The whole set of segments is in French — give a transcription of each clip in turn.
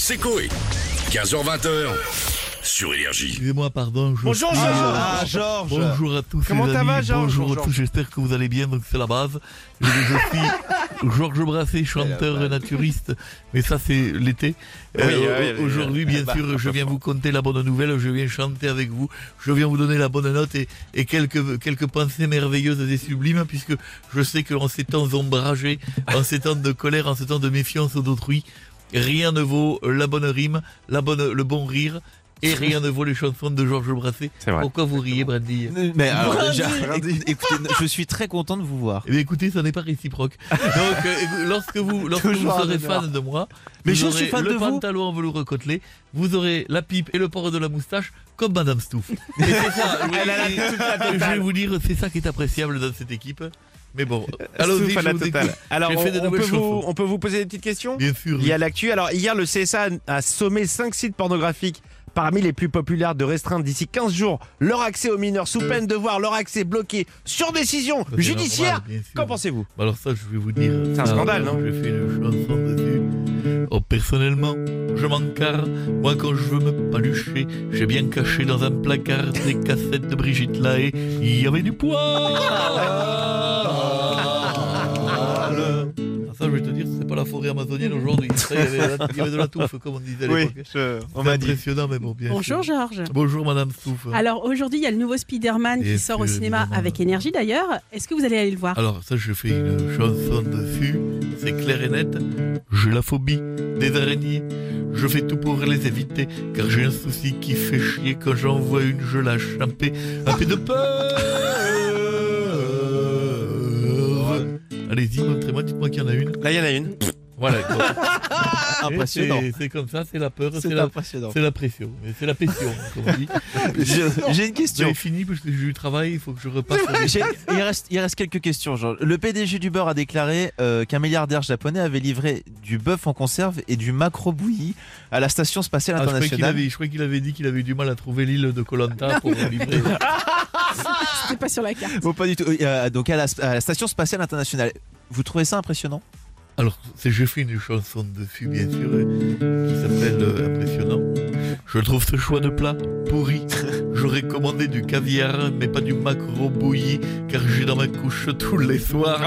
c'est Coé. 15h20 sur Énergie. Excusez-moi, pardon. Bonjour Georges. Georges. Bonjour à tous. Comment les ça amis. va, Georges? Bonjour à tous, j'espère que vous allez bien, donc c'est la base. Je suis Georges Brassens, chanteur et naturiste, mais ça c'est l'été. Aujourd'hui, bien sûr, je viens vous conter la bonne nouvelle, je viens chanter avec vous, je viens vous donner la bonne note et quelques pensées merveilleuses et sublimes, puisque je sais qu'en ces temps ombragés, en ces temps de colère, en ces temps de méfiance d'autrui, rien ne vaut la bonne rime, le bon rire. Et rien ne vaut les chansons de Georges Brassens. Pourquoi vous riez, Brandy? Mais alors, écoutez, je suis très content de vous voir. Eh bien, écoutez, ça n'est pas réciproque. Donc, lorsque vous serez fan de moi, mais vous je aurez suis fan le de vous. pantalon en velours côtelé, vous aurez la pipe et le port de la moustache comme Madame Stouff. Et c'est ça. Je vais vous dire, c'est ça qui est appréciable dans cette équipe. Mais bon, allons-y, je vous écoute. Alors, J'ai fait de nouvelles chansons. on peut vous poser des petites questions? Bien sûr. Il y a l'actu. Alors, hier, le CSA a sommé 5 sites pornographiques parmi les plus populaires de restreindre d'ici 15 jours leur accès aux mineurs sous peine de voir leur accès bloqué sur décision C'est judiciaire. normal, bien sûr. Qu'en pensez-vous? Alors ça, je vais vous dire. C'est un scandale, non? J'ai fait une chanson dessus. Oh, personnellement, je m'encarre. Moi, quand je veux me palucher, j'ai bien caché dans un placard des cassettes de Brigitte Lahaie. Il y avait du poil. Ça, je vais te dire, c'est pas la forêt amazonienne aujourd'hui. Ça, il y avait de la touffe, comme on disait à l'époque. On m'a dit. Impressionnant, mais bon, bien Bonjour sûr. Georges. Bonjour, Madame Stouff. Alors aujourd'hui il y a le nouveau Spider-Man Bien qui sort au sûr, cinéma évidemment. avec Énergie d'ailleurs. Est-ce que vous allez aller le voir? Alors ça, je fais une chanson dessus, c'est clair et net. J'ai la phobie des araignées, je fais tout pour les éviter, car j'ai un souci qui fait chier. Quand j'en vois une, je lâche un peu de peur. Allez-y, montrez-moi, dites-moi qu'il y en a une. Là, il y en a une. Voilà. Impressionnant. C'est comme ça, c'est la peur, C'est impressionnant. c'est la pression, mais c'est la pression, comme on dit. J'ai une question. J'ai fini parce que j'ai eu du travail, il faut que je repasse. Il reste quelques questions. Genre, le PDG du beurre a déclaré qu'un milliardaire japonais avait livré du bœuf en conserve et du maquereau bouilli à la station spatiale internationale. Je croyais qu'il avait dit qu'il avait eu du mal à trouver l'île de Koh Lanta pour livrer. C'était pas sur la carte. Bon, pas du tout. Donc à la station spatiale internationale. Vous trouvez ça impressionnant? Alors, j'ai fait une chanson dessus, bien sûr, qui s'appelle Impressionnant. Je trouve ce choix de plat pourri. J'aurais commandé du caviar, mais pas du maquereau bouilli, car j'ai dans ma couche tous les soirs.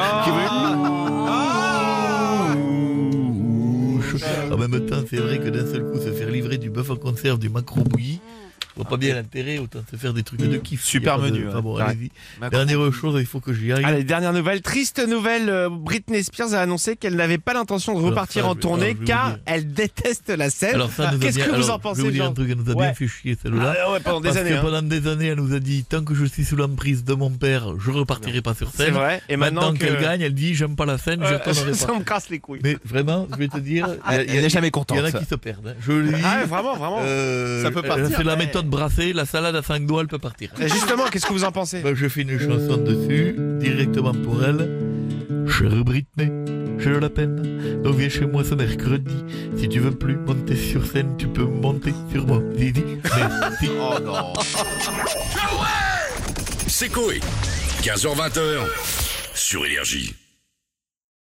En même temps, c'est vrai que d'un seul coup, se faire livrer du bœuf en conserve, du maquereau bouilli, je vois pas bien l'intérêt, autant se faire des trucs de kiff. Super menu, Enfin, bon, ouais. allez-y. Dernière chose, il faut que j'y aille. Allez, dernière nouvelle, triste nouvelle, Britney Spears a annoncé qu'elle n'avait pas l'intention de repartir en tournée car elle déteste la scène. Alors ça nous a Qu'est-ce bien- que vous alors, en pensez, je vais vous dire Jean? un truc, elle nous a Ouais. bien fait chier celle-là. Ah ouais, pendant des Parce années. que hein. pendant des années, elle nous a dit, tant que je suis sous l'emprise de mon père, je repartirai pas sur C'est scène. vrai. Et Maintenant maintenant qu'elle gagne, elle dit, j'aime pas la scène, je retournerai ça pas. me casse les couilles. Mais vraiment, je vais te dire, Elle n'est jamais il y contente. en a qui se perdent. Hein. Je le dis. Ah ouais, vraiment. Ça peut Elle partir, fait la ouais. méthode brassée, la salade à 5 doigts, elle peut partir. Et justement, qu'est-ce que vous en pensez? Ben, je fais une chanson dessus, directement pour elle. Chère Britney, j'ai de la peine, donc viens chez moi ce mercredi. Si tu veux plus monter sur scène, tu peux monter sur moi. Didi, merci. Oh non. C'est Coé. 15h20 sur Énergie.